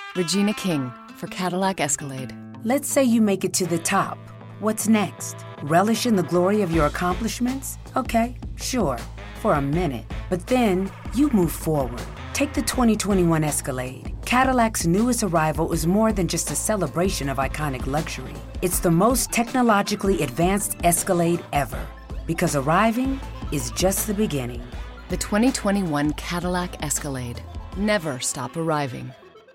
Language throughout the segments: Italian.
Regina King for Cadillac Escalade. Let's say you make it to the top. What's next? Relish in the glory of your accomplishments? Okay, sure, for a minute. But then you move forward. Take the 2021 Escalade. Cadillac's newest arrival is more than just a celebration of iconic luxury. It's the most technologically advanced Escalade ever. Because arriving is just the beginning. The 2021 Cadillac Escalade. Never stop arriving.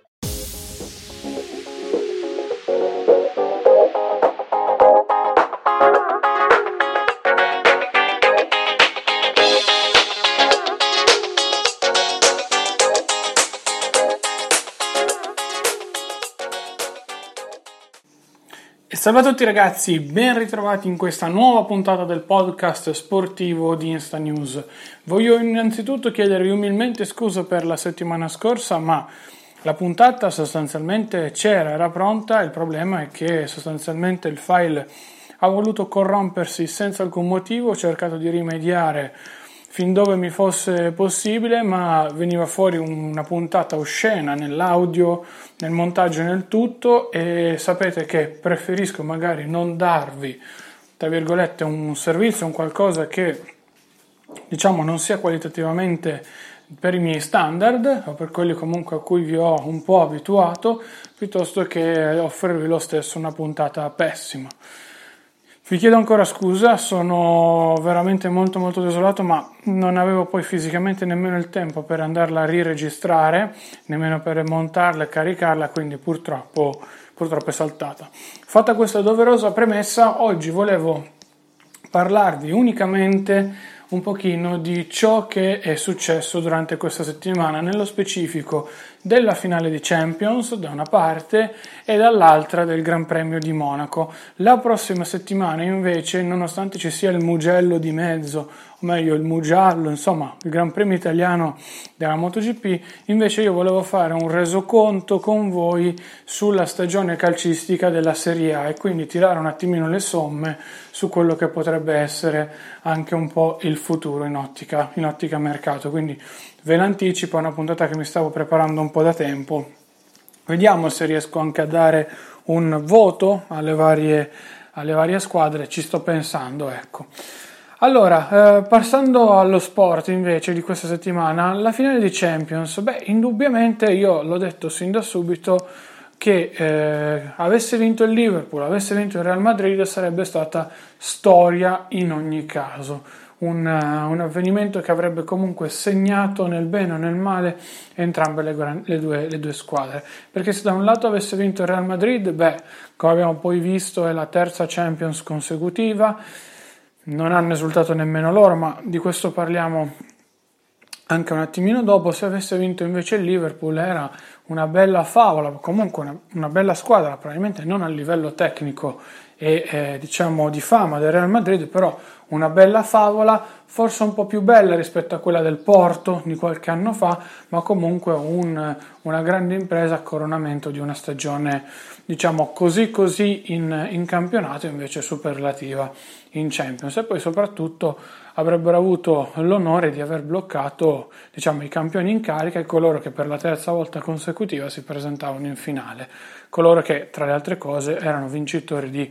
Salve a tutti ragazzi, ben ritrovati in questa nuova puntata del podcast sportivo di Insta News. Voglio innanzitutto chiedervi umilmente scusa per la settimana scorsa, ma la puntata sostanzialmente c'era, era pronta. Il problema è che sostanzialmente il file ha voluto corrompersi senza alcun motivo. Ho cercato di rimediare fin dove mi fosse possibile, ma veniva fuori una puntata oscena nell'audio, nel montaggio e nel tutto, e sapete che preferisco magari non darvi, tra virgolette, un servizio, un qualcosa che diciamo non sia qualitativamente per i miei standard o per quelli comunque a cui vi ho un po' abituato, piuttosto che offrirvi lo stesso una puntata pessima. Vi chiedo ancora scusa, sono veramente molto desolato, ma non avevo poi fisicamente nemmeno il tempo per andarla a riregistrare, nemmeno per montarla e caricarla, quindi purtroppo è saltata. Fatta questa doverosa premessa, oggi volevo parlarvi unicamente un pochino di ciò che è successo durante questa settimana, nello specifico della finale di Champions da una parte e dall'altra del Gran Premio di Monaco. La prossima settimana invece, nonostante ci sia il Mugello di mezzo, o meglio il Mugiallo, insomma il Gran Premio italiano della MotoGP, invece io volevo fare un resoconto con voi sulla stagione calcistica della Serie A e quindi tirare un attimino le somme su quello che potrebbe essere anche un po' il futuro in ottica mercato. Quindi ve l'anticipo, è una puntata che mi stavo preparando un po' da tempo. Vediamo se riesco anche a dare un voto alle varie squadre, ci sto pensando, ecco. Allora, passando allo sport invece di questa settimana, la finale di Champions, indubbiamente io l'ho detto sin da subito che avesse vinto il Liverpool, avesse vinto il Real Madrid sarebbe stata storia in ogni caso. Un avvenimento che avrebbe comunque segnato nel bene o nel male entrambe le due squadre, perché se da un lato avesse vinto il Real Madrid, come abbiamo poi visto è la terza Champions consecutiva, non hanno esultato nemmeno loro, ma di questo parliamo anche un attimino dopo. Se avesse vinto invece il Liverpool era una bella favola, comunque una bella squadra, probabilmente non a livello tecnico e diciamo di fama del Real Madrid, però una bella favola, forse un po' più bella rispetto a quella del Porto di qualche anno fa, ma comunque una grande impresa a coronamento di una stagione diciamo così in campionato, invece superlativa in Champions. E poi soprattutto avrebbero avuto l'onore di aver bloccato diciamo i campioni in carica e coloro che per la terza volta consecutiva si presentavano in finale, coloro che tra le altre cose erano vincitori di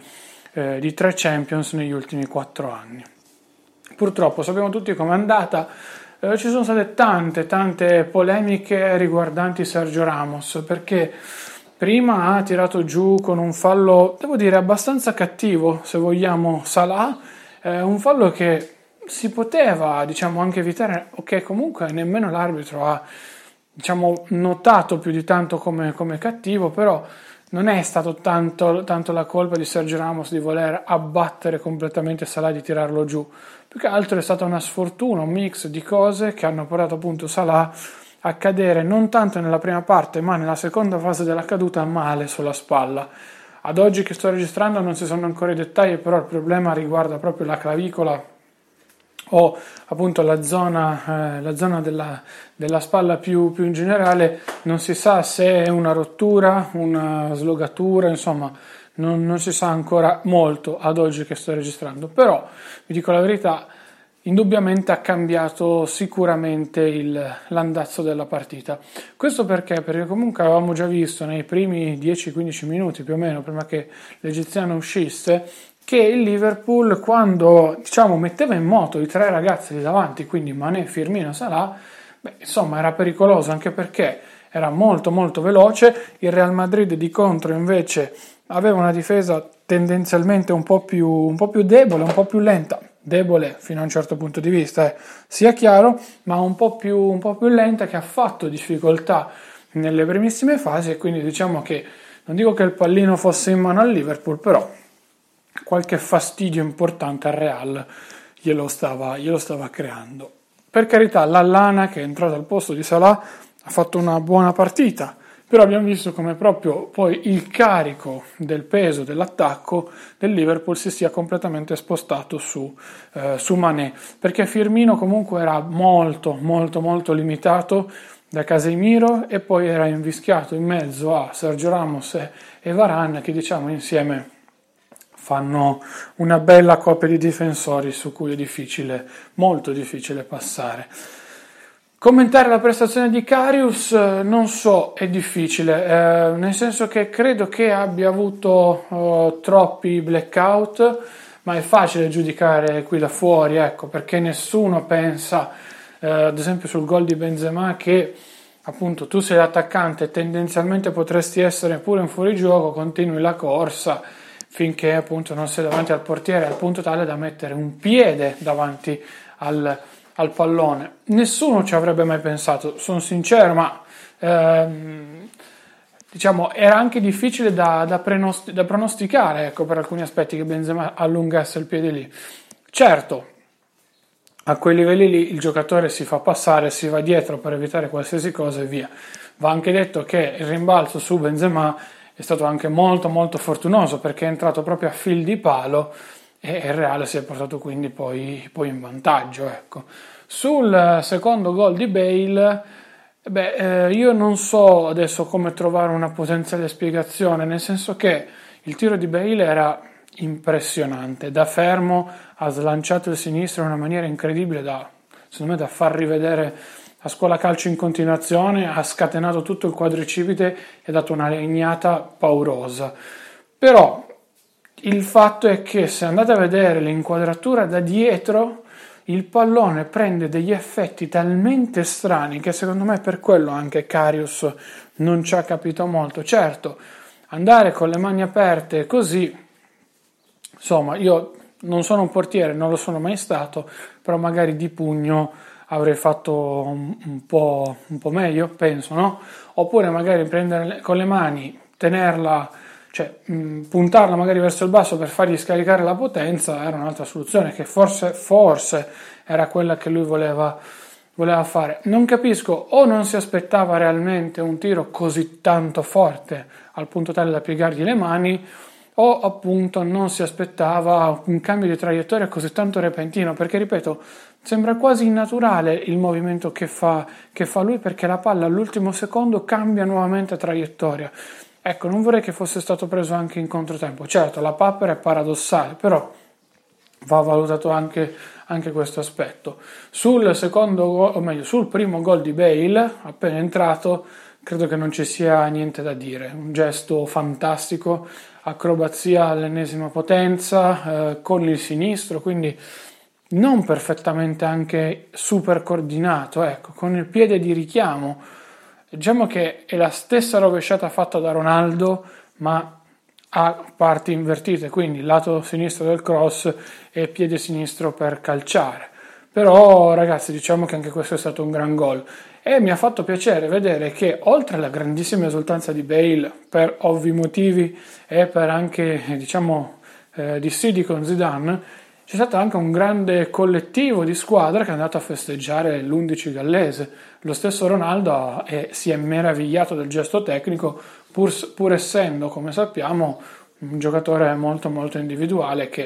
3 Champions negli ultimi 4 anni. Purtroppo sappiamo tutti com'è andata. Ci sono state tante polemiche riguardanti Sergio Ramos, perché prima ha tirato giù con un fallo, devo dire, abbastanza cattivo, se vogliamo, Salah, un fallo che si poteva, diciamo, anche evitare, ok, comunque nemmeno l'arbitro ha, diciamo, notato più di tanto come cattivo, però non è stato tanto la colpa di Sergio Ramos di voler abbattere completamente Salah, di tirarlo giù. Più che altro è stata una sfortuna, un mix di cose che hanno portato appunto Salah a cadere non tanto nella prima parte, ma nella seconda fase della caduta male sulla spalla. Ad oggi che sto registrando non si sanno ancora i dettagli, però il problema riguarda proprio la clavicola o appunto la zona della spalla più in generale. Non si sa se è una rottura, una slogatura, insomma non si sa ancora molto ad oggi che sto registrando, però vi dico la verità, indubbiamente ha cambiato sicuramente l'andazzo della partita. Questo perché? Perché comunque avevamo già visto nei primi 10-15 minuti più o meno, prima che l'egiziano uscisse, che il Liverpool, quando metteva in moto i tre ragazzi di davanti, quindi Mané, Firmino e Salah, insomma era pericoloso, anche perché era molto molto veloce. Il Real Madrid di contro invece aveva una difesa tendenzialmente un po' più debole, un po' più lenta, debole fino a un certo punto di vista, sia chiaro, ma un po' più lenta, che ha fatto difficoltà nelle primissime fasi, e quindi diciamo che, non dico che il pallino fosse in mano al Liverpool, però qualche fastidio importante al Real glielo stava creando. Per carità, l'Allana, che è entrato al posto di Salah, ha fatto una buona partita, però abbiamo visto come proprio poi il carico del peso dell'attacco del Liverpool si sia completamente spostato su Mané, perché Firmino comunque era molto molto molto limitato da Casemiro, e poi era invischiato in mezzo a Sergio Ramos e Varane, che insieme fanno una bella coppia di difensori su cui è molto difficile passare. Commentare la prestazione di Karius, non so, è difficile, nel senso che credo che abbia avuto troppi blackout, ma è facile giudicare qui da fuori, perché nessuno pensa, ad esempio sul gol di Benzema, che appunto tu sei l'attaccante, tendenzialmente potresti essere pure in fuorigioco, continui la corsa finché appunto non sei davanti al portiere al punto tale da mettere un piede davanti al pallone. Nessuno ci avrebbe mai pensato, sono sincero, ma era anche difficile da pronosticare, per alcuni aspetti, che Benzema allungasse il piede lì. Certo, a quei livelli lì il giocatore si fa passare, si va dietro per evitare qualsiasi cosa e via. Va anche detto che il rimbalzo su Benzema è stato anche molto molto fortunoso, perché è entrato proprio a fil di palo e il Real si è portato quindi poi in vantaggio. Sul secondo gol di Bale, io non so adesso come trovare una potenziale spiegazione, nel senso che il tiro di Bale era impressionante, da fermo ha slanciato il sinistro in una maniera incredibile, secondo me da far rivedere a scuola calcio in continuazione, ha scatenato tutto il quadricipite e ha dato una legnata paurosa. Però il fatto è che, se andate a vedere l'inquadratura da dietro, il pallone prende degli effetti talmente strani che secondo me per quello anche Karius non ci ha capito molto. Certo, andare con le mani aperte così, insomma, io non sono un portiere, non lo sono mai stato, però magari di pugno avrei fatto un po' meglio, penso, no? Oppure magari prendere con le mani, tenerla, puntarla magari verso il basso per fargli scaricare la potenza, era un'altra soluzione, che forse era quella che lui voleva fare. Non capisco, o non si aspettava realmente un tiro così tanto forte al punto tale da piegargli le mani, o appunto non si aspettava un cambio di traiettoria così tanto repentino, perché ripeto, sembra quasi innaturale il movimento che fa lui, perché la palla all'ultimo secondo cambia nuovamente traiettoria. Non vorrei che fosse stato preso anche in controtempo. Certo, la papera è paradossale, però va valutato anche questo aspetto. Sul secondo gol, o meglio, sul primo gol di Bale, appena entrato, credo che non ci sia niente da dire. Un gesto fantastico, acrobazia all'ennesima potenza, con il sinistro, quindi non perfettamente anche super coordinato, con il piede di richiamo. Diciamo che è la stessa rovesciata fatta da Ronaldo, ma a parti invertite, quindi lato sinistro del cross e piede sinistro per calciare. Però ragazzi, diciamo che anche questo è stato un gran gol, e mi ha fatto piacere vedere che, oltre alla grandissima esultanza di Bale per ovvi motivi e per anche dissidi con Zidane, c'è stato anche un grande collettivo di squadra che è andato a festeggiare l'11 gallese. Lo stesso Ronaldo si è meravigliato del gesto tecnico, pur essendo, come sappiamo, un giocatore molto molto individuale che,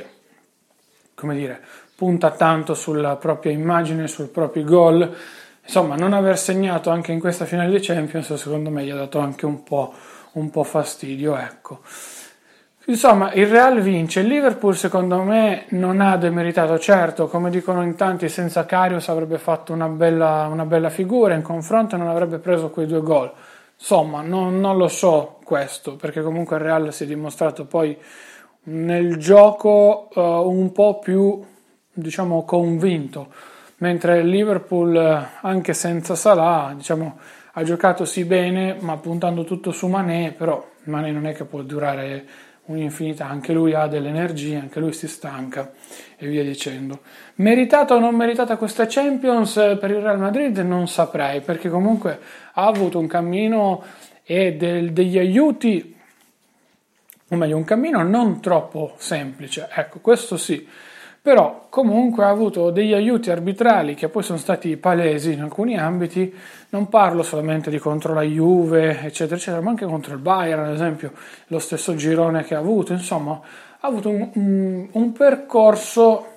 punta tanto sulla propria immagine, sul proprio gol. Insomma, non aver segnato anche in questa finale di Champions secondo me gli ha dato anche un po' fastidio, Insomma, il Real vince, il Liverpool secondo me non ha demeritato, certo, come dicono in tanti, senza Karius avrebbe fatto una bella figura, in confronto non avrebbe preso quei 2 gol. Insomma, non lo so questo, perché comunque il Real si è dimostrato poi nel gioco un po' più, diciamo, convinto, mentre il Liverpool, anche senza Salah, diciamo, ha giocato sì bene, ma puntando tutto su Mané, però Mané non è che può durare un'infinità, anche lui ha delle energie, anche lui si stanca e via dicendo. Meritata o non meritata questa Champions per il Real Madrid non saprei, perché comunque ha avuto un cammino e degli aiuti, o meglio un cammino non troppo semplice, ecco, questo sì, però comunque ha avuto degli aiuti arbitrali che poi sono stati palesi in alcuni ambiti. Non parlo solamente di contro la Juve eccetera eccetera, ma anche contro il Bayern, ad esempio, lo stesso girone che ha avuto, insomma ha avuto un percorso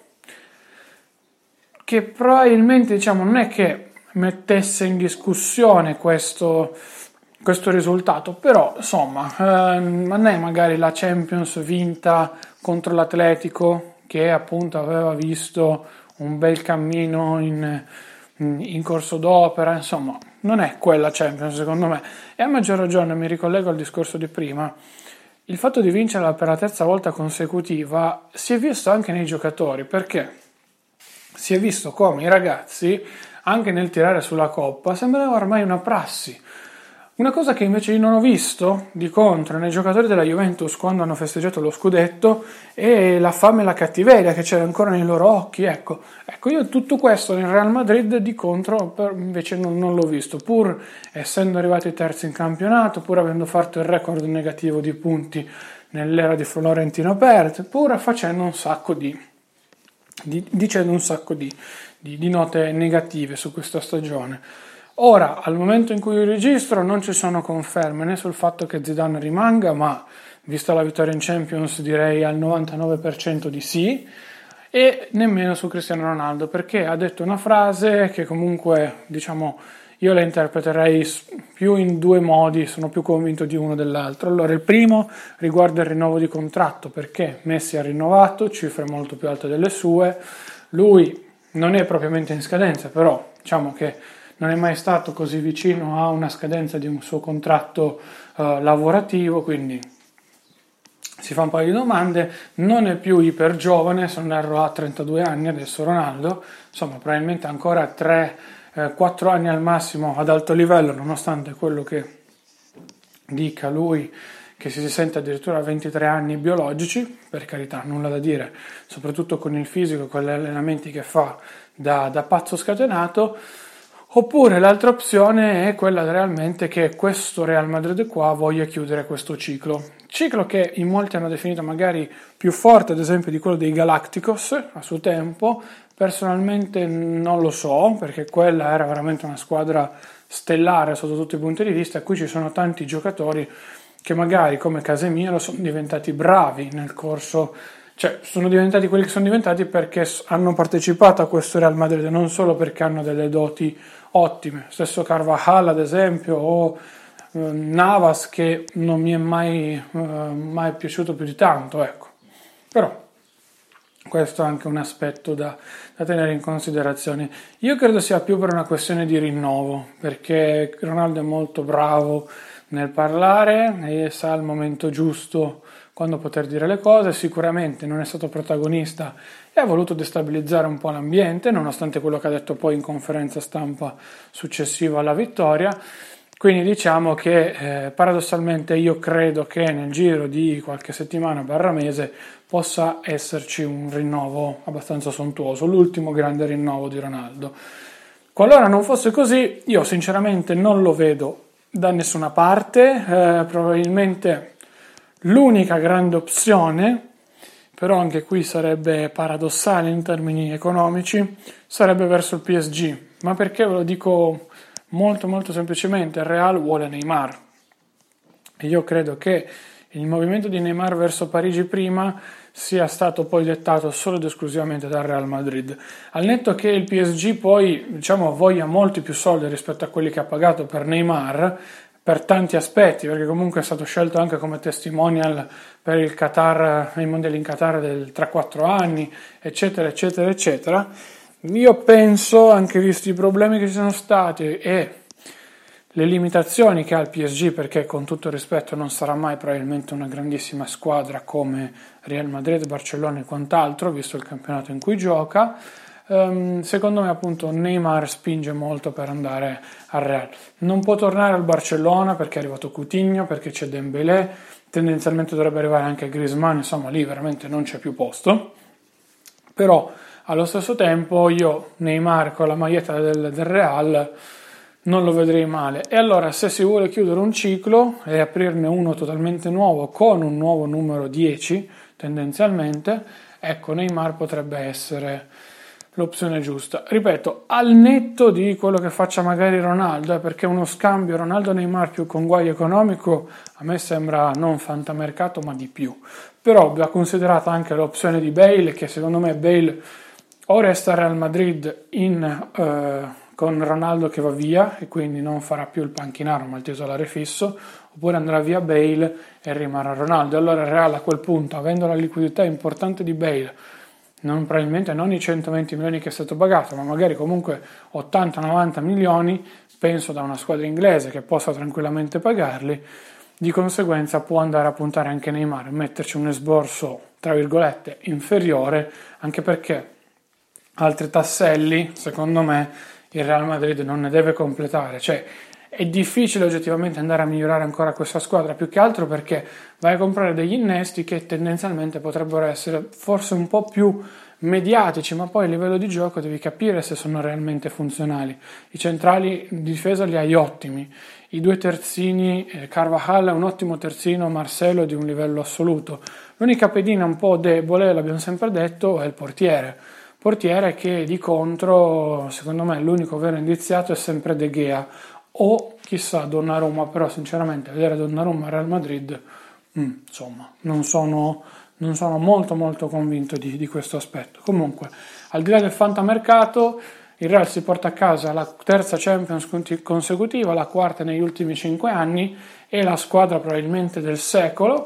che probabilmente, diciamo, non è che mettesse in discussione questo risultato, però insomma non è magari la Champions vinta contro l'Atletico, che appunto aveva visto un bel cammino in corso d'opera, insomma non è quella Champions secondo me, e a maggior ragione mi ricollego al discorso di prima. Il fatto di vincerla per la terza volta consecutiva si è visto anche nei giocatori, perché si è visto come i ragazzi, anche nel tirare sulla coppa, sembrava ormai una prassi. Una cosa che invece io non ho visto di contro nei giocatori della Juventus quando hanno festeggiato lo scudetto è la fame e la cattiveria che c'era ancora nei loro occhi. Ecco, io tutto questo nel Real Madrid di contro invece non l'ho visto, pur essendo arrivati terzi in campionato, pur avendo fatto il record negativo di punti nell'era di Florentino Perez, pur facendo un sacco dicendo un sacco di note negative su questa stagione. Ora, al momento in cui io registro, non ci sono conferme né sul fatto che Zidane rimanga, ma vista la vittoria in Champions direi al 99% di sì, e nemmeno su Cristiano Ronaldo, perché ha detto una frase che comunque, diciamo, io la interpreterei più in 2 modi, sono più convinto di uno dell'altro. Allora, il primo riguarda il rinnovo di contratto, perché Messi ha rinnovato, cifre molto più alte delle sue, lui non è propriamente in scadenza, però diciamo che non è mai stato così vicino a una scadenza di un suo contratto lavorativo, quindi si fa un paio di domande. Non è più iper giovane, se non erro ha 32 anni adesso Ronaldo, insomma probabilmente ancora 3-4 anni al massimo ad alto livello, nonostante quello che dica lui, che si sente addirittura a 23 anni biologici, per carità, nulla da dire, soprattutto con il fisico, con gli allenamenti che fa da pazzo scatenato. Oppure l'altra opzione è quella realmente che questo Real Madrid qua voglia chiudere questo ciclo che in molti hanno definito magari più forte, ad esempio, di quello dei Galacticos a suo tempo. Personalmente non lo so, perché quella era veramente una squadra stellare sotto tutti i punti di vista. Qui ci sono tanti giocatori che magari, come Casemiro, sono diventati bravi nel corso, cioè sono diventati quelli che sono diventati perché hanno partecipato a questo Real Madrid, non solo perché hanno delle doti ottime. Stesso Carvajal ad esempio, o Navas, che non mi è mai piaciuto più di tanto, ecco. Però questo è anche un aspetto da tenere in considerazione. Io credo sia più per una questione di rinnovo, perché Ronaldo è molto bravo nel parlare e sa al momento giusto quando poter dire le cose. Sicuramente non è stato protagonista e ha voluto destabilizzare un po' l'ambiente, nonostante quello che ha detto poi in conferenza stampa successiva alla vittoria. Quindi diciamo che paradossalmente io credo che nel giro di qualche settimana / mese possa esserci un rinnovo abbastanza sontuoso, l'ultimo grande rinnovo di Ronaldo. Qualora non fosse così, io sinceramente non lo vedo da nessuna parte. Probabilmente l'unica grande opzione, però anche qui sarebbe paradossale in termini economici, sarebbe verso il PSG. Ma perché? Ve lo dico molto molto semplicemente: il Real vuole Neymar e io credo che il movimento di Neymar verso Parigi prima sia stato poi dettato solo ed esclusivamente dal Real Madrid. Al netto che il PSG poi, diciamo, voglia molti più soldi rispetto a quelli che ha pagato per Neymar per tanti aspetti, perché comunque è stato scelto anche come testimonial per il Qatar, i mondiali in Qatar tra 4 anni, eccetera, eccetera, eccetera. Io penso, anche visti i problemi che ci sono stati e le limitazioni che ha il PSG, perché con tutto il rispetto non sarà mai probabilmente una grandissima squadra come Real Madrid, Barcellona e quant'altro, visto il campionato in cui gioca, secondo me appunto Neymar spinge molto per andare al Real. Non può tornare al Barcellona perché è arrivato Coutinho, perché c'è Dembélé, tendenzialmente dovrebbe arrivare anche Griezmann, insomma lì veramente non c'è più posto, però allo stesso tempo io Neymar con la maglietta del Real non lo vedrei male. E allora, se si vuole chiudere un ciclo e aprirne uno totalmente nuovo con un nuovo numero 10 tendenzialmente, ecco, Neymar potrebbe essere l'opzione giusta. Ripeto, al netto di quello che faccia magari Ronaldo, perché uno scambio Ronaldo-Neymar più conguaglio economico a me sembra non fantamercato ma di più. Però va considerata anche l'opzione di Bale, che secondo me Bale o resta al Real Madrid con Ronaldo che va via e quindi non farà più il panchinaro ma il titolare fisso, oppure andrà via Bale e rimarrà Ronaldo. Allora il Real a quel punto, avendo la liquidità importante di Bale, probabilmente non i 120 milioni che è stato pagato, ma magari comunque 80-90 milioni, penso da una squadra inglese che possa tranquillamente pagarli, di conseguenza può andare a puntare anche Neymar, metterci un esborso tra virgolette inferiore, anche perché altri tasselli secondo me il Real Madrid non ne deve completare, cioè è difficile oggettivamente andare a migliorare ancora questa squadra, più che altro perché vai a comprare degli innesti che tendenzialmente potrebbero essere forse un po' più mediatici, ma poi a livello di gioco devi capire se sono realmente funzionali. I centrali di difesa li hai ottimi, i due terzini, Carvajal è un ottimo terzino, Marcelo è di un livello assoluto. L'unica pedina un po' debole, l'abbiamo sempre detto, è il portiere che di contro, secondo me, l'unico vero indiziato è sempre De Gea o chissà Donnarumma, però sinceramente vedere Donnarumma al Real Madrid, insomma, non sono molto molto convinto di questo aspetto. Comunque, al di là del fantamercato, il Real si porta a casa la terza Champions consecutiva, la quarta negli ultimi 5 anni, e la squadra probabilmente del secolo,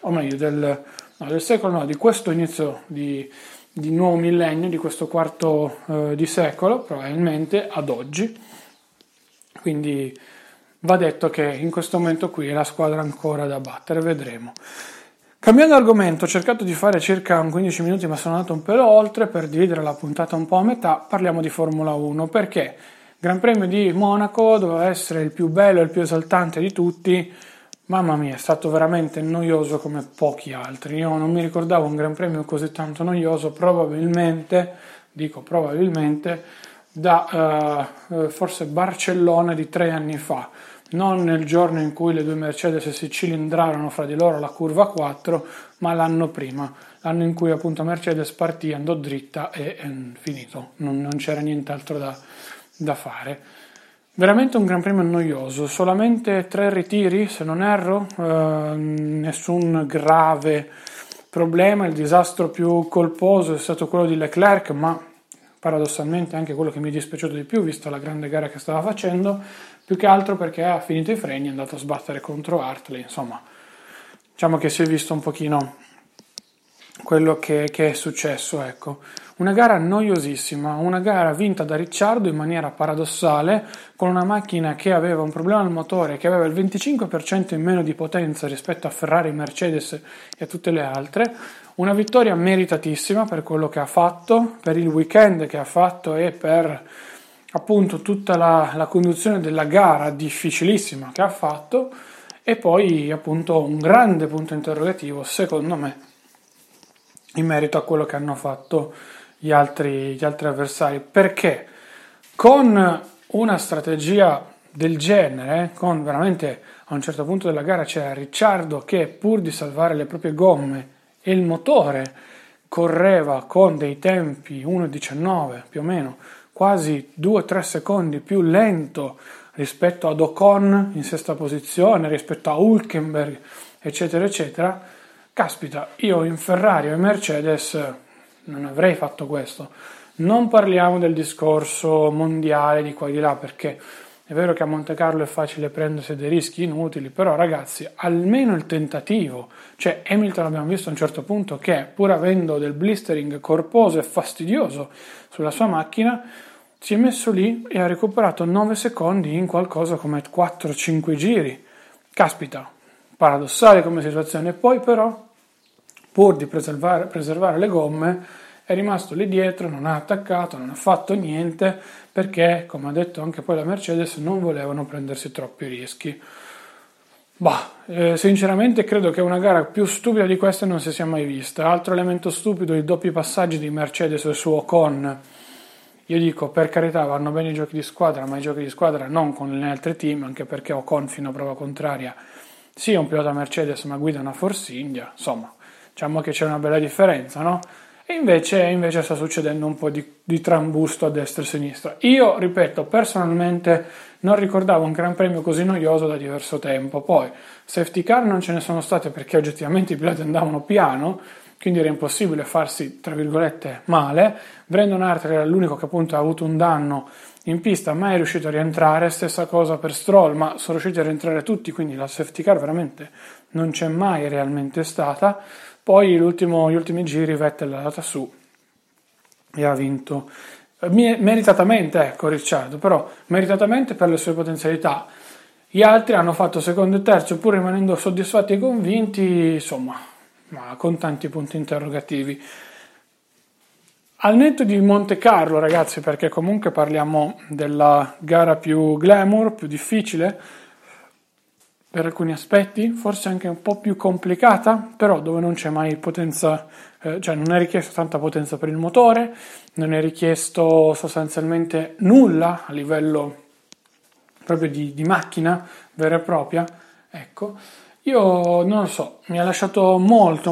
di questo inizio di nuovo millennio, di questo quarto di secolo, probabilmente ad oggi. Quindi va detto che in questo momento qui è la squadra ancora da battere, vedremo. Cambiando argomento, ho cercato di fare circa 15 minuti, ma sono andato un pelo oltre per dividere la puntata un po' a metà. Parliamo di Formula 1, perché Gran Premio di Monaco doveva essere il più bello e il più esaltante di tutti. Mamma mia, è stato veramente noioso come pochi altri. Io non mi ricordavo un Gran Premio così tanto noioso, probabilmente, da forse Barcellona di 3 anni fa, non nel giorno in cui le due Mercedes si cilindrarono fra di loro alla curva 4, ma l'anno prima, l'anno in cui appunto Mercedes partì, andò dritta e finito, non c'era nient'altro da fare. Veramente un Gran Premio noioso, solamente 3 ritiri se non erro, nessun grave problema. Il disastro più colposo è stato quello di Leclerc, ma paradossalmente anche quello che mi è dispiaciuto di più, visto la grande gara che stava facendo, più che altro perché ha finito i freni, è andato a sbattere contro Hartley. Insomma, diciamo che si è visto un pochino quello che è successo, ecco. Una gara noiosissima, una gara vinta da Ricciardo in maniera paradossale, con una macchina che aveva un problema al motore, che aveva il 25% in meno di potenza rispetto a Ferrari, Mercedes e a tutte le altre. Una vittoria meritatissima per quello che ha fatto, per il weekend che ha fatto e per appunto tutta la conduzione della gara difficilissima che ha fatto, e poi appunto un grande punto interrogativo secondo me in merito a quello che hanno fatto gli altri avversari, perché con una strategia del genere, con veramente a un certo punto della gara c'era Ricciardo che pur di salvare le proprie gomme e il motore correva con dei tempi 1.19 più o meno, quasi 2-3 secondi più lento rispetto ad Ocon in sesta posizione, rispetto a Hülkenberg, eccetera eccetera. Caspita, io in Ferrari o in Mercedes non avrei fatto questo. Non parliamo del discorso mondiale di qua e di là, perché È vero che a Monte Carlo è facile prendersi dei rischi inutili, però ragazzi, almeno il tentativo. Cioè Hamilton abbiamo visto a un certo punto che, pur avendo del blistering corposo e fastidioso sulla sua macchina, si è messo lì e ha recuperato 9 secondi in qualcosa come 4-5 giri. Caspita, paradossale come situazione. E poi però, pur di preservare le gomme, è rimasto lì dietro, non ha attaccato, non ha fatto niente, perché, come ha detto anche poi la Mercedes, non volevano prendersi troppi rischi. Sinceramente credo che una gara più stupida di questa non si sia mai vista. Altro elemento stupido, i doppi passaggi di Mercedes su Ocon. Io dico, per carità, vanno bene i giochi di squadra, ma i giochi di squadra non con gli altri team, anche perché Ocon, fino a prova contraria, sì, è un pilota Mercedes, ma guida una Force India, insomma, diciamo che c'è una bella differenza, no? E invece sta succedendo un po' di trambusto a destra e a sinistra. Io, ripeto, personalmente non ricordavo un Gran Premio così noioso da diverso tempo. Poi, safety car non ce ne sono state perché oggettivamente i piloti andavano piano, quindi era impossibile farsi, tra virgolette, male. Brandon Hartley era l'unico che appunto ha avuto un danno in pista, ma è riuscito a rientrare. Stessa cosa per Stroll, ma sono riusciti a rientrare tutti, quindi la safety car veramente non c'è mai realmente stata. Poi gli ultimi giri Vettel l'ha data su e ha vinto meritatamente, ecco Ricciardo, però meritatamente per le sue potenzialità. Gli altri hanno fatto secondo e terzo pur rimanendo soddisfatti e convinti, insomma, ma con tanti punti interrogativi. Al netto di Monte Carlo, ragazzi, perché comunque parliamo della gara più glamour, più difficile, per alcuni aspetti, forse anche un po' più complicata, però dove non c'è mai potenza, cioè non è richiesto tanta potenza per il motore, non è richiesto sostanzialmente nulla a livello proprio di macchina vera e propria, ecco. Io non lo so, mi ha lasciato molto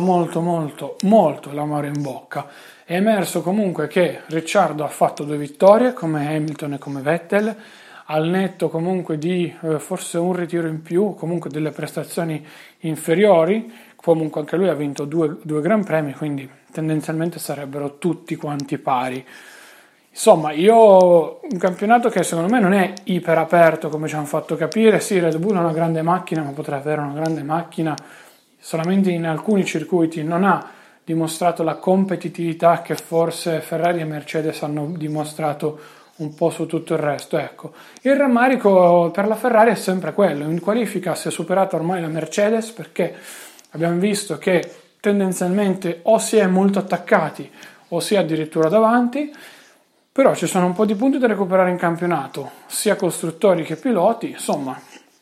l'amaro in bocca. È emerso comunque che Ricciardo ha fatto 2 vittorie come Hamilton e come Vettel, al netto comunque di forse un ritiro in più, comunque delle prestazioni inferiori, comunque anche lui ha vinto due Gran Premi, quindi tendenzialmente sarebbero tutti quanti pari. Insomma, un campionato che secondo me non è iper aperto come ci hanno fatto capire. Sì, Red Bull è una grande macchina, ma potrebbe avere una grande macchina solamente in alcuni circuiti, non ha dimostrato la competitività che forse Ferrari e Mercedes hanno dimostrato un po' su tutto il resto. Ecco, il rammarico per la Ferrari è sempre quello: in qualifica si è superata ormai la Mercedes, perché abbiamo visto che tendenzialmente o si è molto attaccati o si è addirittura davanti, però ci sono un po' di punti da recuperare in campionato, sia costruttori che piloti. Insomma,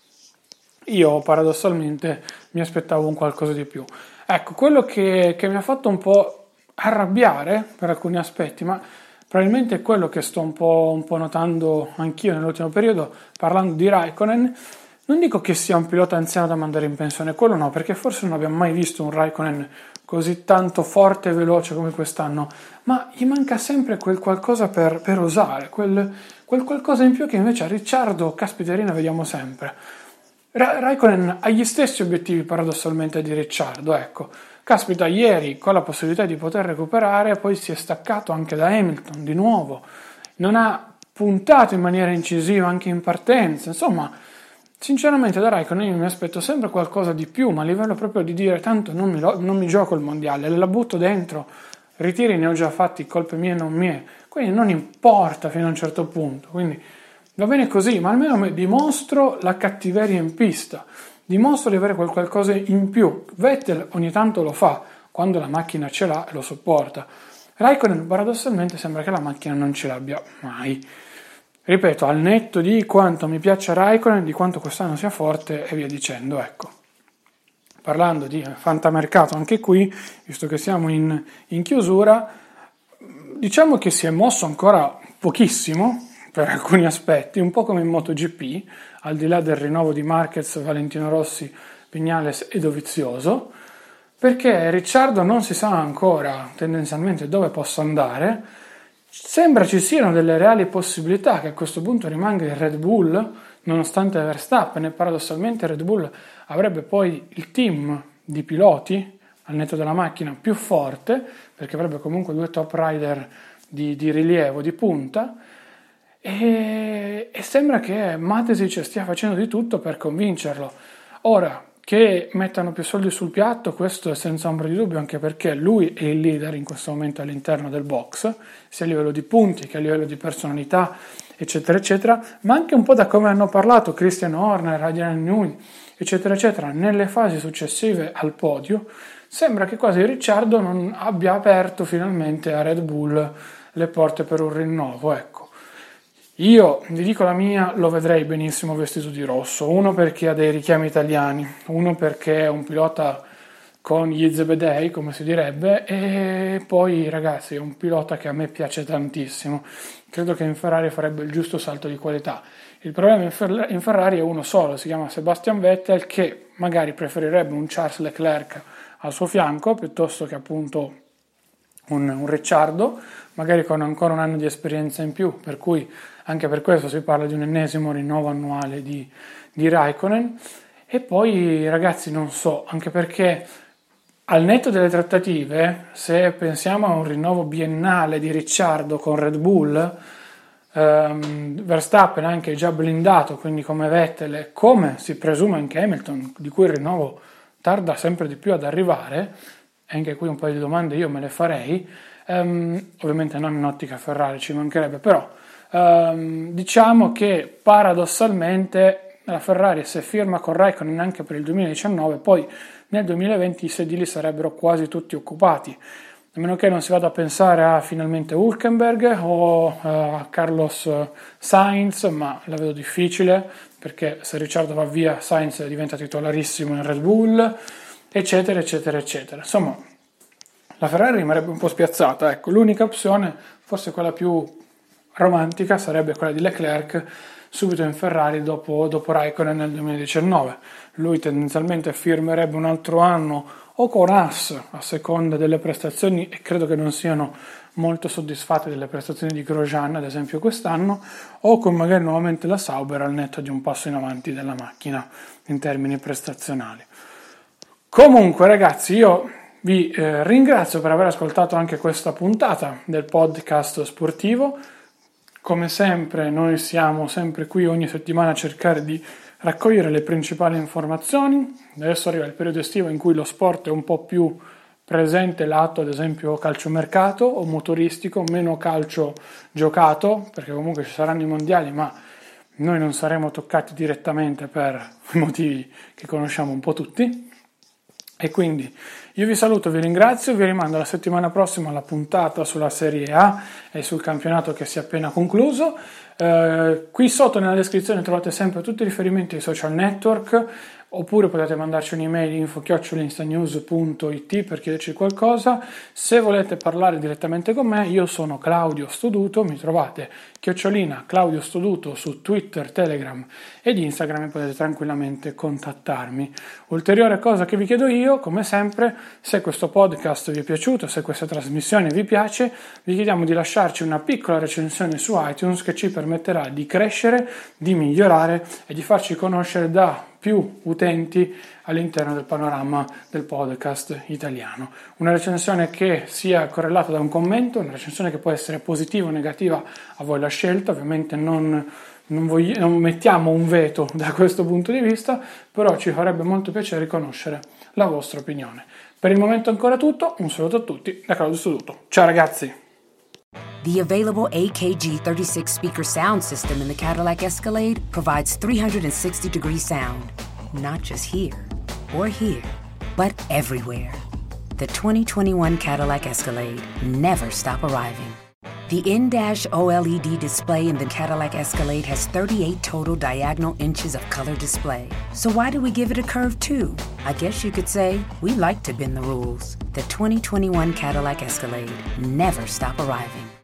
io paradossalmente mi aspettavo un qualcosa di più. Ecco, quello che mi ha fatto un po' arrabbiare per alcuni aspetti, ma probabilmente è quello che sto un po' notando anch'io nell'ultimo periodo, parlando di Raikkonen. Non dico che sia un pilota anziano da mandare in pensione, quello no, perché forse non abbiamo mai visto un Raikkonen così tanto forte e veloce come quest'anno, ma gli manca sempre quel qualcosa per osare, quel qualcosa in più che invece a Ricciardo, caspiterina, vediamo sempre. Raikkonen ha gli stessi obiettivi paradossalmente di Ricciardo, ecco. Caspita, ieri con la possibilità di poter recuperare, poi si è staccato anche da Hamilton di nuovo, non ha puntato in maniera incisiva anche in partenza. Insomma, sinceramente da Raikkonen io mi aspetto sempre qualcosa di più, ma a livello proprio di dire tanto non mi gioco il mondiale, la butto dentro, ritiri ne ho già fatti, colpe mie non mie, quindi non importa fino a un certo punto, quindi va bene così, ma almeno dimostro la cattiveria in pista, dimostro di avere qualcosa in più. Vettel ogni tanto lo fa, quando la macchina ce l'ha e lo sopporta. Raikkonen paradossalmente sembra che la macchina non ce l'abbia mai. Ripeto, al netto di quanto mi piaccia Raikkonen, di quanto quest'anno sia forte e via dicendo, ecco. Parlando di fantamercato anche qui, visto che siamo in chiusura, diciamo che si è mosso ancora pochissimo per alcuni aspetti, un po' come in MotoGP, al di là del rinnovo di Marquez, Valentino Rossi, Viñales e Dovizioso, perché Ricciardo non si sa ancora tendenzialmente dove possa andare. Sembra ci siano delle reali possibilità che a questo punto rimanga il Red Bull, nonostante Verstappen, e paradossalmente Red Bull avrebbe poi il team di piloti al netto della macchina più forte, perché avrebbe comunque 2 top rider di rilievo, di punta, e sembra che Matešić stia facendo di tutto per convincerlo. Ora, che mettano più soldi sul piatto, questo è senza ombra di dubbio, anche perché lui è il leader in questo momento all'interno del box, sia a livello di punti che a livello di personalità, eccetera, eccetera, ma anche un po' da come hanno parlato Christian Horner, Adrian Newey, eccetera, eccetera, nelle fasi successive al podio. Sembra che quasi Ricciardo non abbia aperto finalmente a Red Bull le porte per un rinnovo, ecco. Io, vi dico la mia, lo vedrei benissimo vestito di rosso, uno perché ha dei richiami italiani, uno perché è un pilota con gli zebedei, come si direbbe, e poi ragazzi è un pilota che a me piace tantissimo, credo che in Ferrari farebbe il giusto salto di qualità. Il problema in Ferrari è uno solo, si chiama Sebastian Vettel, che magari preferirebbe un Charles Leclerc al suo fianco piuttosto che appunto un Ricciardo, magari con ancora un anno di esperienza in più, per cui anche per questo si parla di un ennesimo rinnovo annuale di Raikkonen. E poi ragazzi non so, anche perché al netto delle trattative, se pensiamo a un rinnovo biennale di Ricciardo con Red Bull, Verstappen anche già blindato, quindi come Vettel e come si presume anche Hamilton, di cui il rinnovo tarda sempre di più ad arrivare, anche qui un paio di domande io me le farei, ovviamente non in ottica Ferrari, ci mancherebbe, però diciamo che paradossalmente la Ferrari, se firma con Raikkonen anche per il 2019, poi nel 2020 i sedili sarebbero quasi tutti occupati, a meno che non si vada a pensare a finalmente Hülkenberg o a Carlos Sainz, ma la vedo difficile, perché se Ricciardo va via Sainz diventa titolarissimo in Red Bull, eccetera, eccetera, eccetera. Insomma, la Ferrari rimarrebbe un po' spiazzata, ecco, l'unica opzione, forse quella più romantica, sarebbe quella di Leclerc subito in Ferrari dopo Raikkonen nel 2019. Lui tendenzialmente firmerebbe un altro anno o con Haas a seconda delle prestazioni, e credo che non siano molto soddisfatti delle prestazioni di Grosjean ad esempio quest'anno, o con magari nuovamente la Sauber al netto di un passo in avanti della macchina in termini prestazionali. Comunque ragazzi, io vi ringrazio per aver ascoltato anche questa puntata del podcast sportivo. Come sempre noi siamo sempre qui ogni settimana a cercare di raccogliere le principali informazioni. Adesso arriva il periodo estivo in cui lo sport è un po' più presente lato ad esempio calciomercato o motoristico, meno calcio giocato, perché comunque ci saranno i mondiali, ma noi non saremo toccati direttamente per motivi che conosciamo un po' tutti. E quindi io vi saluto, vi ringrazio, vi rimando la settimana prossima alla puntata sulla Serie A e sul campionato che si è appena concluso. Qui sotto nella descrizione trovate sempre tutti i riferimenti ai social network, oppure potete mandarci un'email info@instanews.it per chiederci qualcosa. Se volete parlare direttamente con me, io sono Claudio Stoduto, mi trovate @Claudio Stoduto su Twitter, Telegram ed Instagram, e potete tranquillamente contattarmi. Ulteriore cosa che vi chiedo io, come sempre, se questo podcast vi è piaciuto, se questa trasmissione vi piace, vi chiediamo di lasciarci una piccola recensione su iTunes che ci permetterà di crescere, di migliorare e di farci conoscere da più utenti all'interno del panorama del podcast italiano. Una recensione che sia correlata da un commento, una recensione che può essere positiva o negativa, a voi la scelta, ovviamente non mettiamo un veto da questo punto di vista, però ci farebbe molto piacere conoscere la vostra opinione. Per il momento è ancora tutto, un saluto a tutti da Claudio Stoduto. Ciao ragazzi! The available AKG 36 speaker sound system in the Cadillac Escalade provides 360-degree sound, not just here or here, but everywhere. The 2021 Cadillac Escalade never stop arriving. The in-dash OLED display in the Cadillac Escalade has 38 total diagonal inches of color display. So why do we give it a curve too? I guess you could say we like to bend the rules. The 2021 Cadillac Escalade never stop arriving.